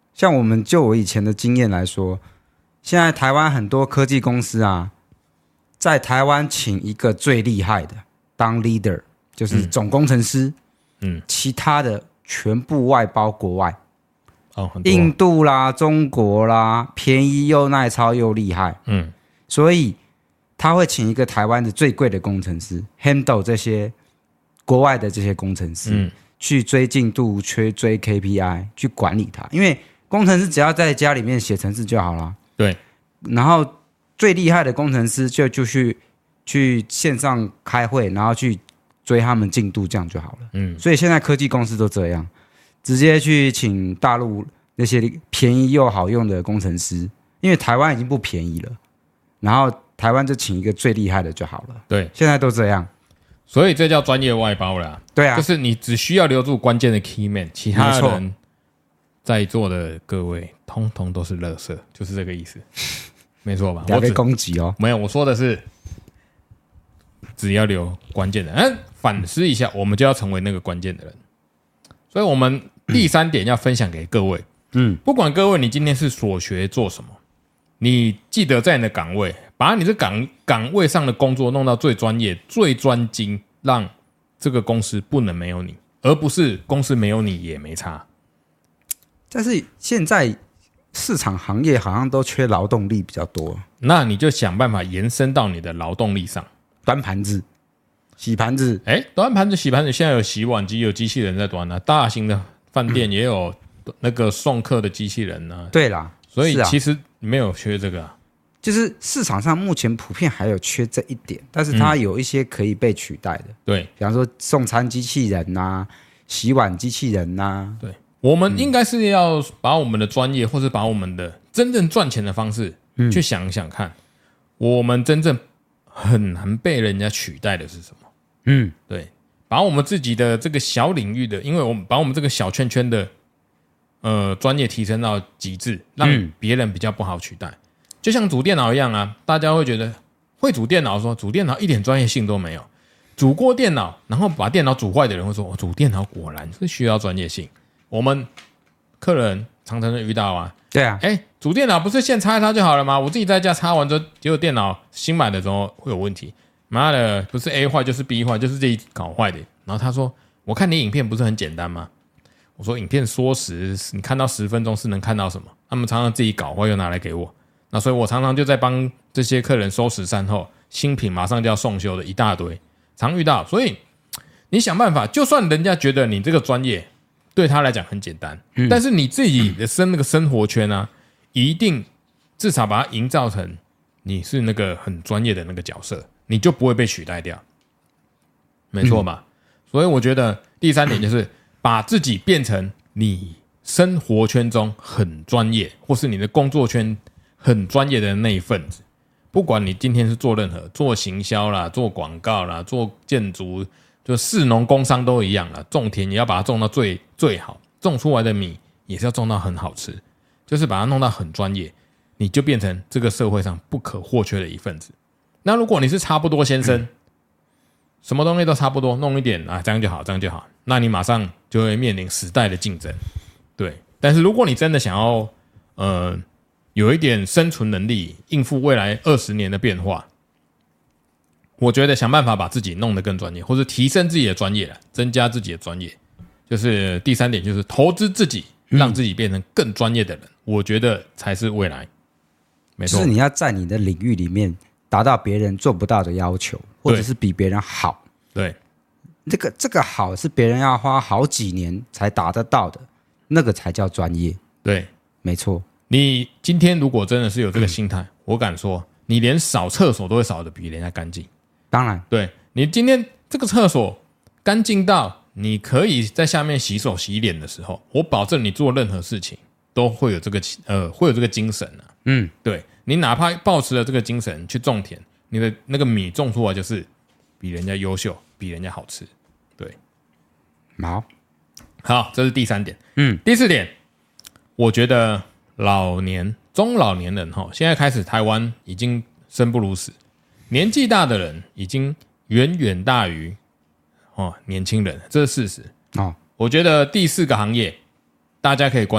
像我们就我以前的经验来说，现在台湾很多科技公司啊，在台湾请一个最厉害的当 leader， 就是总工程师，嗯，其他的全部外包国外。 哦，很多印度啦、中国啦，便宜又耐操又厉害，嗯，所以他会请一个台湾的最贵的工程师 handle 这些国外的这些工程师，嗯，去追进度、去追 K P I， 去管理它。因为工程师只要在家里面写程式就好了， 对。 然后最厉害的工程师就就去去线上开会，然后去追他们进度，这样就好了。嗯，所以现在科技公司都这样。直接去请大陆那些便宜又好用的工程师，因为台湾已经不便宜了，然后台湾就请一个最厉害的就好了。 对， 现在都这样， 所以这叫专业外包啦。 对啊， 就是你只需要留住关键的 key man， 其他人在座的各位通通都是垃圾，就是这个意思，没错吧？ 要被攻击哦。 没有，我说的是只要留关键的，嗯，反思一下，我们就要成为那个关键的人。所以我们第三点要分享给各位，嗯，不管各位你今天是所学做什么，你记得在你的岗位，把你这岗岗位上的工作弄到最专业、最专精，让这个公司不能没有你，而不是公司没有你也没差。 但是现在市场行业好像都缺劳动力比较多， 那你就想办法延伸到你的劳动力上， 端盘子。洗盘子， 哎，端盘子、洗盘子，现在有洗碗机，有机器人在端啊。大型的饭店也有那个送客的机器人啊。 对啦， 所以其实没有缺这个啊。 就是市场上目前普遍还有缺这一点，但是它有一些可以被取代的。嗯、 对， 比方说送餐机器人呐、啊、洗碗机器人呐、啊。 对，我们应该是要把我们的专业，或是把我们的真正赚钱的方式，嗯、去想想看，我们真正很难被人家取代的是什么？嗯，对，把我们自己的这个小领域的，因为我们把我们这个小圈圈的呃专业提升到极致，让别人比较不好取代。嗯、就像组电脑一样啊，大家会觉得会组电脑说组电脑一点专业性都没有，组过电脑然后把电脑组坏的人会说，哦，组电脑果然是需要专业性。我们客人常常会遇到啊， 对啊， 哎，组电脑不是线插一插就好了吗？我自己在家插完之后，结果电脑新买的时候会有问题。妈的，不是 A 坏就是 B 坏，就是这一搞坏的。然后他说：“我看你影片不是很简单吗？”我说：“影片缩时，你看到十分钟是能看到什么？”他们常常自己搞坏又拿来给我，那所以我常常就在帮这些客人收拾善后，新品马上就要送修的一大堆，常遇到。所以你想办法，就算人家觉得你这个专业对他来讲很简单，嗯、但是你自己的生那个生活圈啊，一定至少把它营造成你是那个很专业的那个角色。你就不会被取代掉，没错吧？嗯、所以我觉得第三点就是把自己变成你生活圈中很专业，或是你的工作圈很专业的那一份子。不管你今天是做任何做行销啦、做广告啦、做建筑，就士农工商都一样啦。种田也要把它种到最最好，种出来的米也是要种到很好吃，就是把它弄到很专业，你就变成这个社会上不可或缺的一份子。那如果你是差不多先生，什么东西都差不多，弄一点啊，这样就好，这样就好，那你马上就会面临时代的竞争，对。但是如果你真的想要，呃，有一点生存能力，应付未来二十年的变化，我觉得想办法把自己弄得更专业，或是提升自己的专业，增加自己的专业，就是第三点，就是投资自己，让自己变成更专业的人，嗯、我觉得才是未来。没错， 就是你要在你的领域里面达到别人做不到的要求，或者是比别人好。 对， 这个这个好是别人要花好几年才达得到的，那个才叫专业。 对， 没错。 你今天如果真的是有这个心态，嗯、我敢说，你连扫厕所都会扫得比人家干净。 当然， 对，你今天这个厕所干净到你可以在下面洗手洗脸的时候，我保证你做任何事情都会有这个呃会有这个精神啊。嗯，对。你哪怕抱持了这个精神去种田，你的那个米种出来就是比人家优秀，比人家好吃。对， 好， 好，这是第三点。嗯，第四点，我觉得老年、中老年人哈，现在开始台湾已经生不如死，年纪大的人已经远远大于哦年轻人，这是事实。哦，我觉得第四个行业大家可以关注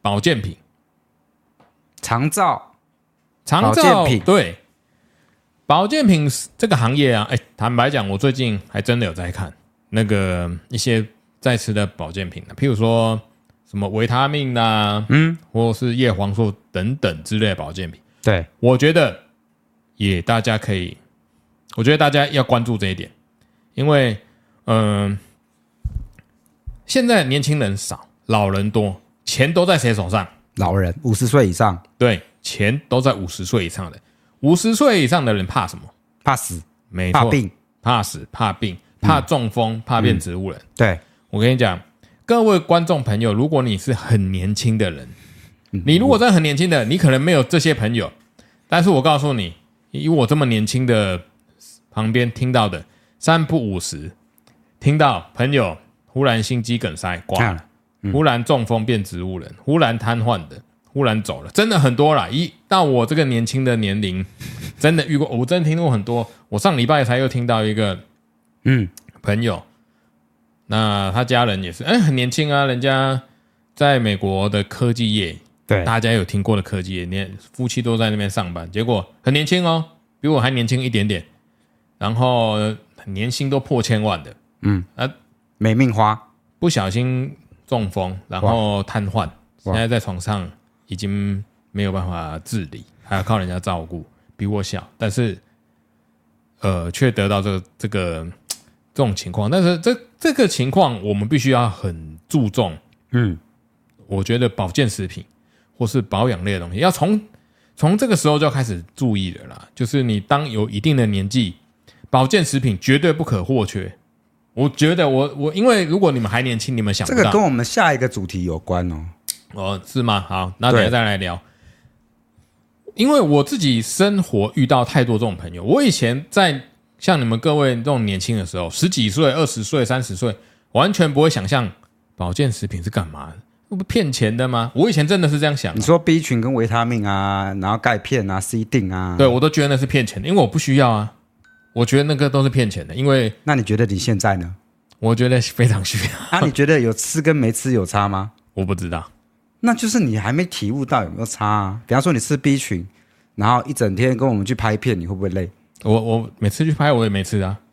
保健品， 长照， 长照品对保健品这个行业啊，哎，坦白讲，我最近还真的有在看那个一些在吃的保健品，譬如说什么维他命啊，嗯，或是叶黄素等等之类的保健品。 对， 我觉得也大家可以，我觉得大家要关注这一点，因为嗯、呃，现在年轻人少，老人多，钱都在谁手上？ 老人五十岁以上， 对，钱都在五十岁以上的。五十岁以上的人怕什么？ 怕死， 没错， 怕病， 怕死，怕病，怕中风，嗯、怕变植物人。 嗯、对， 我跟你讲，各位观众朋友，如果你是很年轻的人，嗯、你如果真的很年轻的，你可能没有这些朋友，但是我告诉你，以我这么年轻的旁边听到的，三不五十，听到朋友忽然心肌梗塞挂了，嗯、忽然中风变植物人，忽然瘫痪的。忽然走了，真的很多啦。一到我这个年轻的年龄，真的遇过，我真的听过很多。我上礼拜才又听到一个，嗯，朋友，那他家人也是，哎，很年轻啊，人家在美国的科技业， 对， 大家有听过的科技业，连夫妻都在那边上班，结果很年轻哦，比我还年轻一点点，然后年薪都破千万的，嗯，啊， 没命花， 不小心中风，然后瘫痪，现在在床上。已经没有办法自理，还要靠人家照顾，比我小，但是呃，却得到这个这个这种情况。但是这这个情况，我们必须要很注重。嗯，我觉得保健食品或是保养类的东西，要从从这个时候就要开始注意了啦。就是你当有一定的年纪，保健食品绝对不可或缺。我觉得我我因为如果你们还年轻，你们想不到这个跟我们下一个主题有关哦。 哦，是吗？好，那等一下再来聊。因为我自己生活遇到太多这种朋友，我以前在像你们各位这种年轻的时候，十几岁、二十岁、三十岁，完全不会想象保健食品是干嘛的，不骗钱的吗？我以前真的是这样想。 你说 B 群跟维他命啊，然后钙片啊、C 锭啊， 对我都觉得那是骗钱的，因为我不需要啊。我觉得那个都是骗钱的，因为那你觉得你现在呢？ 我觉得非常需要。 啊，你觉得有吃跟没吃有差吗？ 我不知道。 那就是你还没体悟到有没有差啊？比方说你吃 B 群，然后一整天跟我们去拍片，你会不会累？ 我我每次去拍我也没吃啊。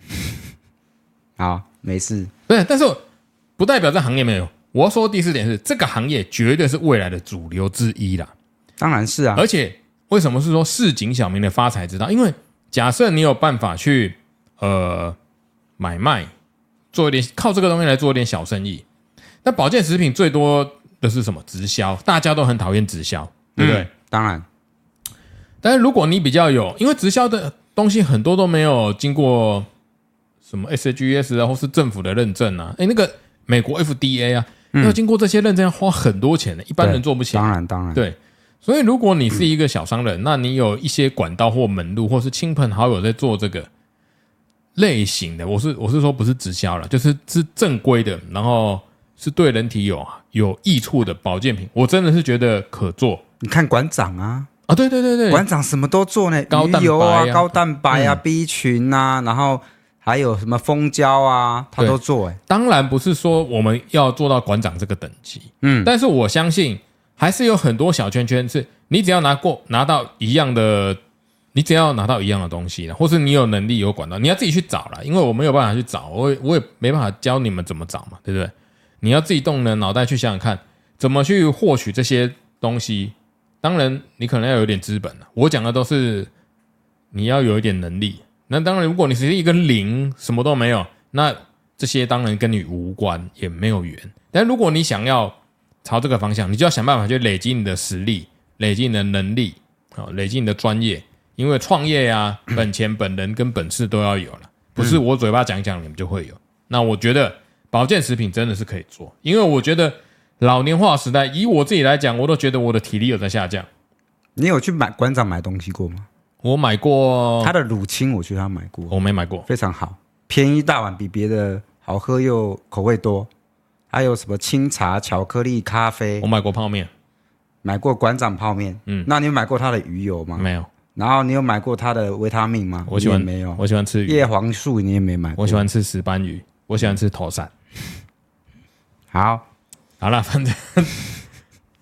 好，没事。 对，但是不代表这行业没有。我要说第四点是，这个行业绝对是未来的主流之一啦。 当然是啊。 而且为什么是说市井小民的发财之道？因为假设你有办法去呃买卖，做一点靠这个东西来做一点小生意，那保健食品最多的是什么？直销，大家都很讨厌直销，对不对？嗯、 当然， 但是如果你比较有，因为直销的东西很多都没有经过什么 S G S 啊，或是政府的认证啊，哎，那个美国 F D A 啊，嗯、要经过这些认证要花很多钱的，一般人做不起来。 当然，当然， 对。所以如果你是一个小商人，嗯、那你有一些管道或门路，或是亲朋好友在做这个类型的，我是我是说不是直销啦，就是是正规的，然后。是对人体有有益处的保健品，我真的是觉得可做。 你看馆长啊， 啊对对对对， 馆长什么都做呢， 高蛋白啊、 鱼油啊、高蛋白啊、嗯、B 群啊，然后还有什么蜂胶啊，他都做。哎， 当然不是说我们要做到馆长这个等级，嗯，但是我相信还是有很多小圈圈，是你只要拿过拿到一样的，你只要拿到一样的东西，或是你有能力有管道，你要自己去找啦，因为我没有办法去找，我也我也没办法教你们怎么找嘛，对不对？你要自己动你的脑袋去想想看，怎么去获取这些东西。当然，你可能要有点资本了。我讲的都是你要有一点能力。那当然，如果你是一个零，什么都没有，那这些当然跟你无关，也没有缘。但如果你想要朝这个方向，你就要想办法去累积你的实力，累积你的能力，累积你的专业。因为创业啊，本钱、本人跟本事都要有了，不是我嘴巴讲讲你们就会有。那我觉得。保健食品真的是可以做，因为我觉得老年化时代，以我自己来讲，我都觉得我的体力有在下降。 你有去买馆长买东西过吗？ 我买过他的乳清，我去他买过， 我没买过， 非常好，便宜大碗，比别的好喝又口味多。还有什么清茶、巧克力、咖啡， 我买过泡面， 买过馆长泡面。嗯，那你有买过他的鱼油吗？ 没有。 然后你有买过他的维他命吗？ 我喜欢没有， 我喜欢吃鱼。 叶黄素你也没买过。 我喜欢吃石斑鱼，我喜欢吃头鳝。 好， 好了，反正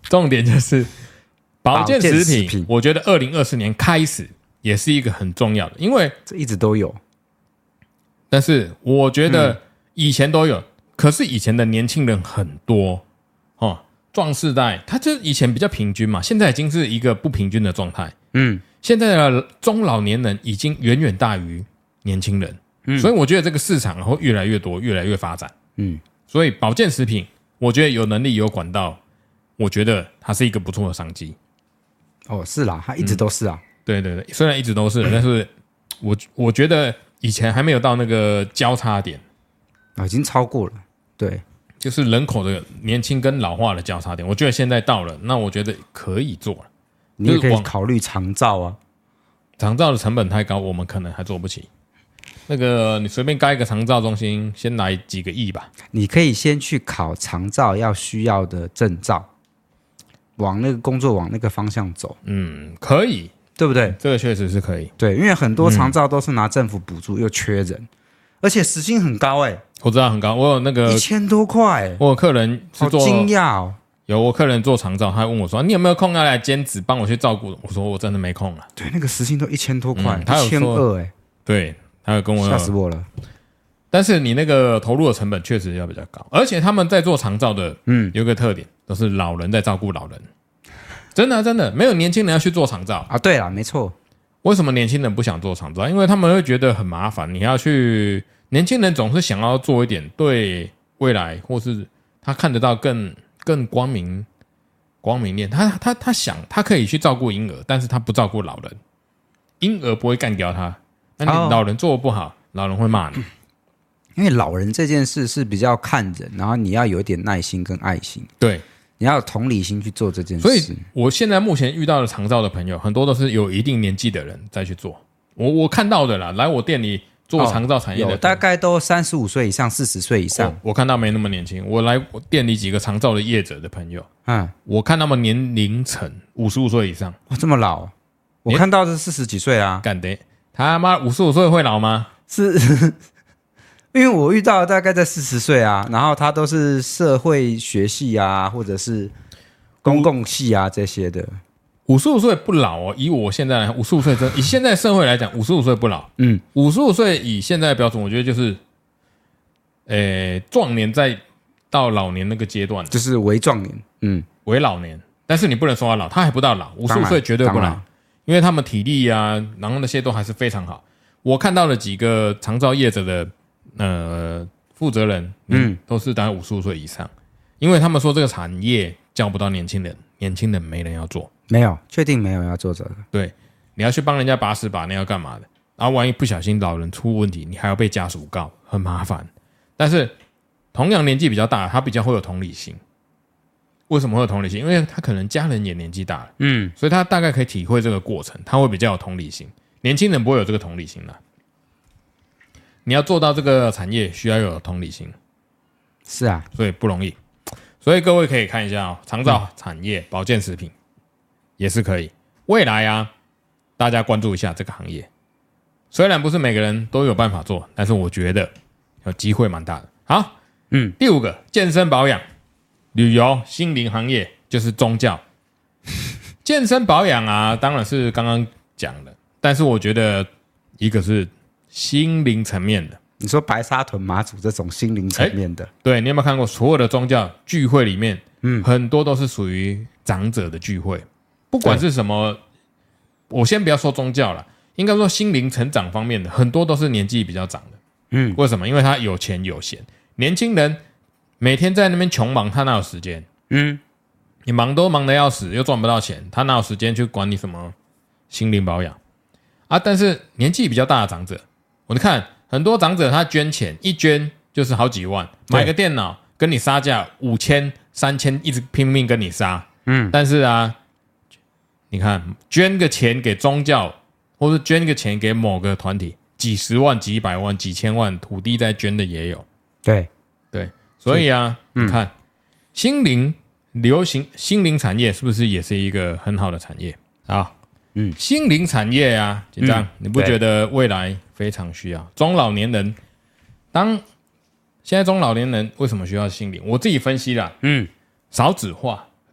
重点就是保健食品， 食品我觉得二零二四年开始也是一个很重要的，因为这一直都有， 但是我觉得以前都有，嗯、可是以前的年轻人很多哦，壮世代他就以前比较平均嘛，现在已经是一个不平均的状态。嗯，现在的中老年人已经远远大于年轻人，嗯，所以我觉得这个市场会越来越多，越来越发展。嗯，所以保健食品，我觉得有能力有管道，我觉得它是一个不错的商机。 哦，是啦，它一直都是啊。嗯、 对对对，虽然一直都是，但是我我觉得以前还没有到那个交叉点， 啊，已经超过了。对， 就是人口的年轻跟老化的交叉点，我觉得现在到了，那我觉得可以做了。 你也可以考虑长照啊， 长照的成本太高，我们可能还做不起。那个你随便盖一个长照中心，先来几个亿吧。 你可以先去考长照要需要的证照，往那个工作往那个方向走。 嗯，可以， 对不对？ 这个确实是可以。 对，因为很多长照都是拿政府补助，又缺人，嗯、而且时薪很高哎、欸。 我知道很高，我有那个一千多块、欸， 我有客人是做， 好惊讶哦。 有我客人做长照，他问我说：“你有没有空要来兼职帮我去照顾？”我说：“我真的没空了。” 对，那个时薪都一千多块， 嗯、他有一千二哎， 对，他有跟我吓死我了。 但是你那个投入的成本确实要比较高，而且他们在做长照的，嗯，有一个特点，都是老人在照顾老人，真的、啊、真的没有年轻人要去做长照啊。对了，没错。 为什么年轻人不想做长照？因为他们会觉得很麻烦，你要去，年轻人总是想要做一点对未来或是他看得到更更光明。光明面，他他他想，他可以去照顾婴儿，但是他不照顾老人，婴儿不会干掉他，那你老人做的不好，哦、老人会骂你。 因为老人这件事是比较看人，然后你要有一点耐心跟爱心， 对， 你要有同理心去做这件事。 所以我现在目前遇到的长照的朋友，很多都是有一定年纪的人在去做。我我看到的啦，来我店里做长照产业的、哦， 有大概都三十五岁以上、四十岁以上、 哦。我看到没那么年轻。我来我店里几个长照的业者的朋友，嗯，我看他们年龄层五十五岁以上。 哇，这么老？我看到是四十几岁啊。 干的，他妈五十五岁会老吗？ 是，因为我遇到的大概在四十岁啊，然后他都是社会学系啊，或者是公共系啊这些的。 五十五岁不老哦，以我现在来，五十五岁真以现在社会来讲，五十五岁不老。嗯，五十五岁以现在的标准，我觉得就是，呃，壮年在到老年那个阶段， 就是为壮年，嗯， 为老年。但是你不能说他老，他还不到老，五十五岁绝对不老，因为他们体力啊，然后那些都还是非常好。我看到了几个长照业者的呃负责人，嗯，都是大概五十五岁以上，因为他们说这个产业叫不到年轻人，年轻人没人要做。 没有，确定没有要做这个。 对，你要去帮人家把屎把尿要干嘛的？然后万一不小心老人出问题，你还要被家属告，很麻烦。但是同样年纪比较大，他比较会有同理心。为什么会有同理心？因为他可能家人也年纪大了，嗯，所以他大概可以体会这个过程，他会比较有同理心。年轻人不会有这个同理心啦。你要做到这个产业，需要有同理心。 是啊， 所以不容易。所以各位可以看一下哦，长照产业、保健食品。也是可以，未来啊，大家关注一下这个行业。虽然不是每个人都有办法做，但是我觉得有机会蛮大的。好，嗯，第五个，健身保养、旅游、心灵行业就是宗教。健身保养啊，当然是刚刚讲的，但是我觉得一个是心灵层面的。 你说白沙屯妈祖这种心灵层面的，欸、 对，你有没有看过所有的宗教聚会里面，嗯，很多都是属于长者的聚会。不管是什么，我先不要说宗教了，应该说心灵成长方面的，很多都是年纪比较长的。嗯，为什么？因为他有钱有闲。年轻人每天在那边穷忙，他哪有时间？嗯，你忙都忙得要死，又赚不到钱，他哪有时间去管你什么心灵保养啊？但是年纪比较大的长者，我看很多长者他捐钱，一捐就是好几万，买个电脑跟你杀价五千、三千，一直拼命跟你杀。嗯，但是啊。你看，捐个钱给宗教，或是捐个钱给某个团体，几十万、几百万、几千万，土地在捐的也有。 对对，所以啊，嗯、你看，心灵流行心灵产业是不是也是一个很好的产业啊？嗯，心灵产业啊，紧张、嗯，你不觉得未来非常需要中老年人？当现在中老年人为什么需要心灵？我自己分析啦，嗯，少子化。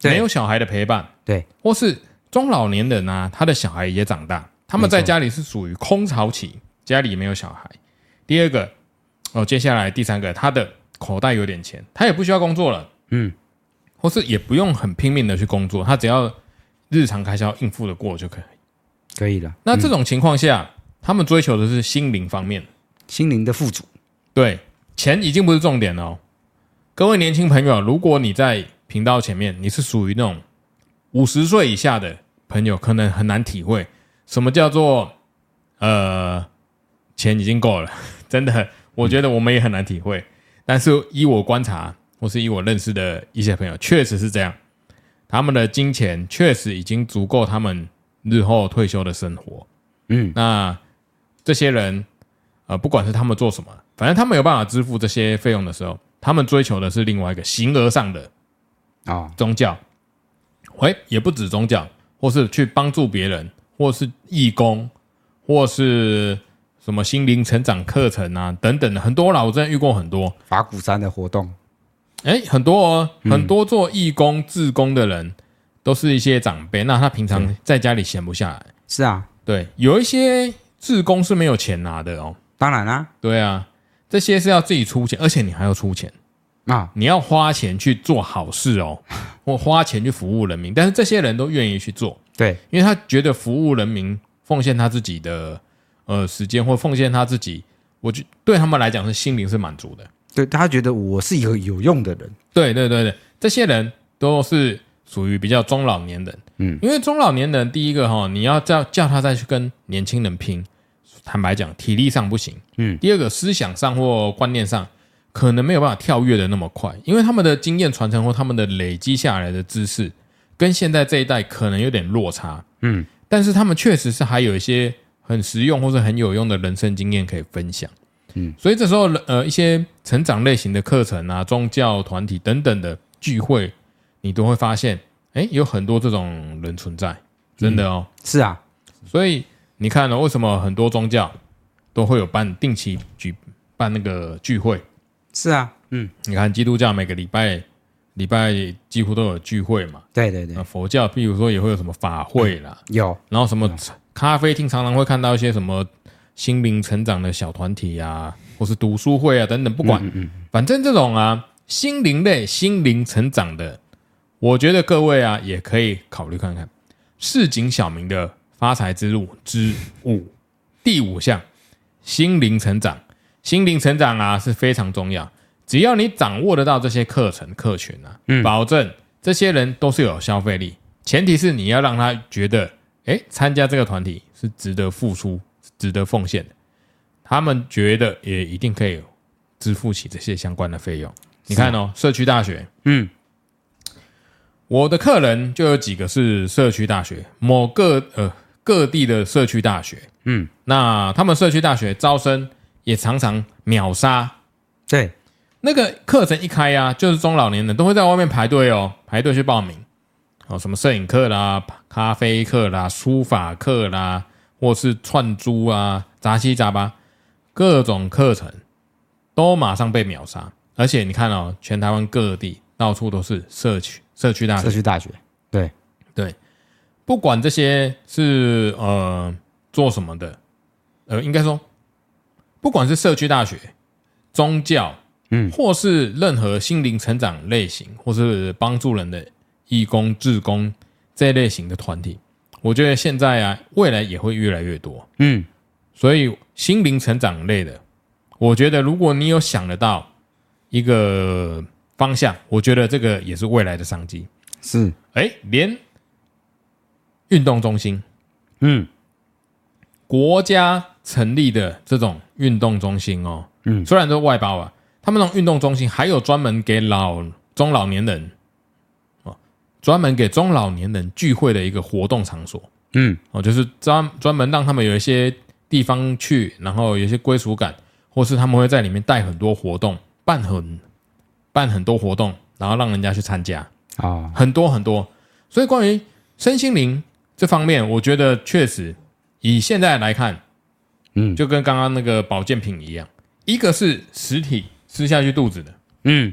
没有小孩的陪伴， 对， 或是中老年人啊，他的小孩也长大，他们在家里是属于空巢期，家里没有小孩。第二个，哦，接下来第三个，他的口袋有点钱，他也不需要工作了，嗯，或是也不用很拼命的去工作，他只要日常开销应付的过就可以， 可以了。 那这种情况下，嗯、他们追求的是心灵方面， 心灵的富足。 对，钱已经不是重点了哦。各位年轻朋友，如果你在频道前面，你是属于那种五十岁以下的朋友，可能很难体会什么叫做呃钱已经够了，真的，我觉得我们也很难体会。但是依我观察，或是依我认识的一些朋友，确实是这样，他们的金钱确实已经足够他们日后退休的生活。嗯，那这些人，呃，不管是他们做什么，反正他们有办法支付这些费用的时候，他们追求的是另外一个形而上的啊宗教，喂，也不止宗教，或是去帮助别人，或是义工，或是什么心灵成长课程啊等等的，很多啦，我真的遇过很多法鼓山的活动， 哎，很多哦，很多做义工、志工的人都是一些长辈，那他平常在家里闲不下来， 是啊， 对，有一些志工是没有钱拿的哦， 当然啦、啊， 对啊，这些是要自己出钱，而且你还要出钱。啊，你要花钱去做好事哦，或花钱去服务人民，但是这些人都愿意去做， 对， 因为他觉得服务人民、奉献他自己的呃时间，或奉献他自己，我觉对他们来讲是心灵是满足的， 对他觉得我是一个有用的人， 对对对对，这些人都是属于比较中老年人，嗯，因为中老年人第一个哈，你要叫叫他再去跟年轻人拼，坦白讲，体力上不行，嗯，第二个思想上或观念上。可能没有办法跳跃的那么快，因为他们的经验传承或他们的累积下来的知识，跟现在这一代可能有点落差。嗯，但是他们确实是还有一些很实用或是很有用的人生经验可以分享。嗯，所以这时候呃一些成长类型的课程啊、宗教团体等等的聚会，你都会发现，哎，有很多这种人存在，真的哦。 嗯、是啊， 所以你看呢、哦，为什么很多宗教都会有办定期举办那个聚会？ 是啊，嗯， 你看基督教每个礼拜礼拜几乎都有聚会嘛， 对对对。 佛教譬如说也会有什么法会啦， 嗯、有， 然后什么咖啡厅常常会看到一些什么心灵成长的小团体啊，或是读书会啊等等，不管，嗯嗯嗯反正这种啊心灵类、心灵成长的，我觉得各位啊也可以考虑看看市井小民的发财之路之五，第五项心灵成长。心灵成长啊是非常重要，只要你掌握得到这些课程客群啊，嗯，保证这些人都是有消费力，前提是你要让他觉得，哎，参加这个团体是值得付出、值得奉献的，他们觉得也一定可以支付起这些相关的费用。你看哦，社区大学，嗯，我的客人就有几个是社区大学，某个呃各地的社区大学，嗯，那他们社区大学招生。也常常秒杀， 对， 那个课程一开啊，就是中老年人都会在外面排队哦，排队去报名，哦，什么摄影课啦、咖啡课啦、书法课啦，或是串珠啊、杂七杂八，各种课程都马上被秒杀。而且你看哦，全台湾各地到处都是社区社区大学， 社区大学，对对，不管这些是呃做什么的，呃，应该说。不管是社区大学、宗教，嗯，或是任何心灵成长类型，或是帮助人的义工、志工这一类型的团体，我觉得现在啊，未来也会越来越多，嗯，所以心灵成长类的，我觉得如果你有想得到一个方向，我觉得这个也是未来的商机。 是， 哎，连运动中心，嗯，国家成立的这种运动中心哦，嗯，虽然都是外包啊，他们那种运动中心还有专门给老中老年人哦，专门给中老年人聚会的一个活动场所，嗯，哦，就是专专门让他们有一些地方去，然后有一些归属感，或是他们会在里面带很多活动，办很办很多活动，然后让人家去参加啊、哦，很多很多。所以关于身心灵这方面，我觉得确实以现在来看。嗯，就跟刚刚那个保健品一样，一个是实体吃下去肚子的，嗯，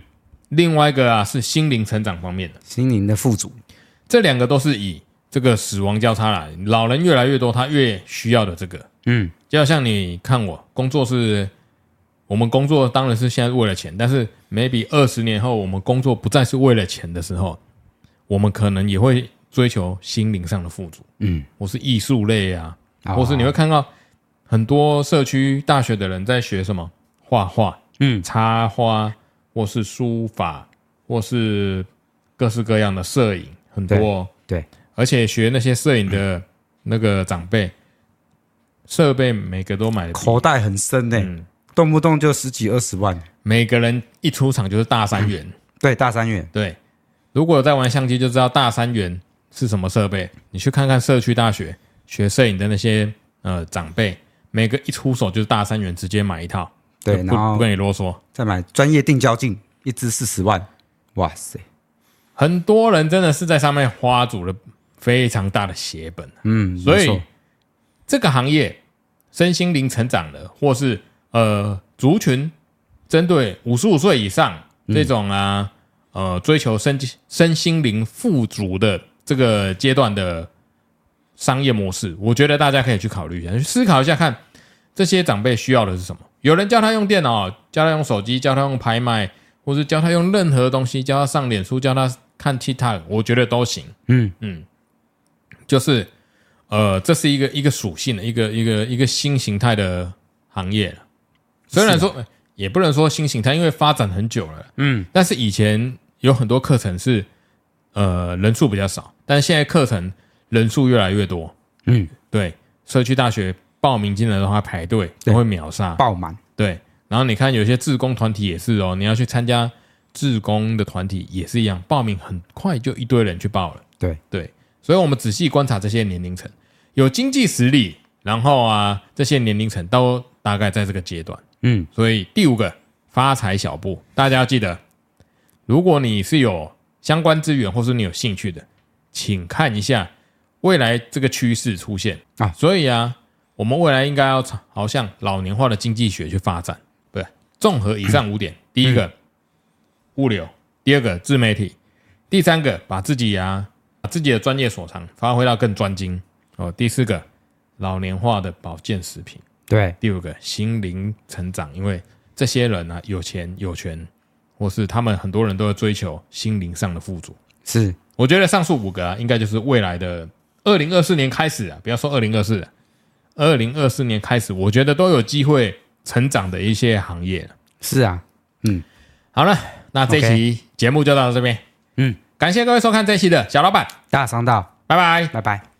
另外一个啊是心灵成长方面的， 心灵的富足， 这两个都是以这个死亡交叉来，老人越来越多，他越需要的这个，嗯，就好像你看我工作是，我们工作当然是现在为了钱，但是 maybe 二十年后我们工作不再是为了钱的时候，我们可能也会追求心灵上的富足，嗯，或是艺术类啊，哦、或是你会看到很多社区大学的人在学什么画画，嗯，插花，或是书法，或是各式各样的摄影，很多、哦对。对， 而且学那些摄影的那个长辈，设备每个都买的口袋很深呢、欸嗯，动不动就十几二十万。 每个人一出场就是大三元、嗯， 对，大三元。 对，如果有在玩相机就知道大三元是什么设备。你去看看社区大学学摄影的那些呃长辈，每个一出手就是大三元，直接买一套。 对，然后不跟你啰嗦， 再买专业定焦镜，一支四十万，哇塞！ 很多人真的是在上面花足了非常大的血本，嗯，所以这个行业身心灵成长的，或是呃族群针对五十五岁以上这种啊、嗯、呃追求身身心灵富足的这个阶段的商业模式，我觉得大家可以去考虑一下，去思考一下，看这些长辈需要的是什么。有人教他用电脑，教他用手机，教他用拍卖，或是教他用任何东西，教他上脸书，教他看 TikTok， 我觉得都行。嗯嗯，就是呃，这是一个一个属性的一个一个一个新形态的行业了。虽然说、啊、也不能说新形态，因为发展很久了。嗯，但是以前有很多课程是呃人数比较少，但是现在课程人数越来越多。嗯，对，社区大学报名进来的话排队都会秒杀爆满。 对，然后你看有些志工团体也是哦，你要去参加志工的团体也是一样，报名很快就一堆人去报了。 对对，所以我们仔细观察这些年龄层，有经济实力，然后啊这些年龄层都大概在这个阶段。嗯，所以第五个发财小步，大家要记得，如果你是有相关资源或是你有兴趣的，请看一下未来这个趋势出现啊。所以啊。我们未来应该要朝向老年化的经济学去发展，对，综合以上五点，第一个、嗯、物流，第二个自媒体，第三个把自己啊把自己的专业所长发挥到更专精哦，第四个老年化的保健食品， 对， 第五个心灵成长，因为这些人啊有钱有权，或是他们很多人都在追求心灵上的富足， 是， 我觉得上述五个啊，应该就是未来的二零二四年开始啊，不要说二零二四。二零二四年开始，我觉得都有机会成长的一些行业了。 是啊，嗯， 好了，那这一期节目就到这边。嗯，感谢各位收看这一期的小老板大商道， 拜拜， 拜拜。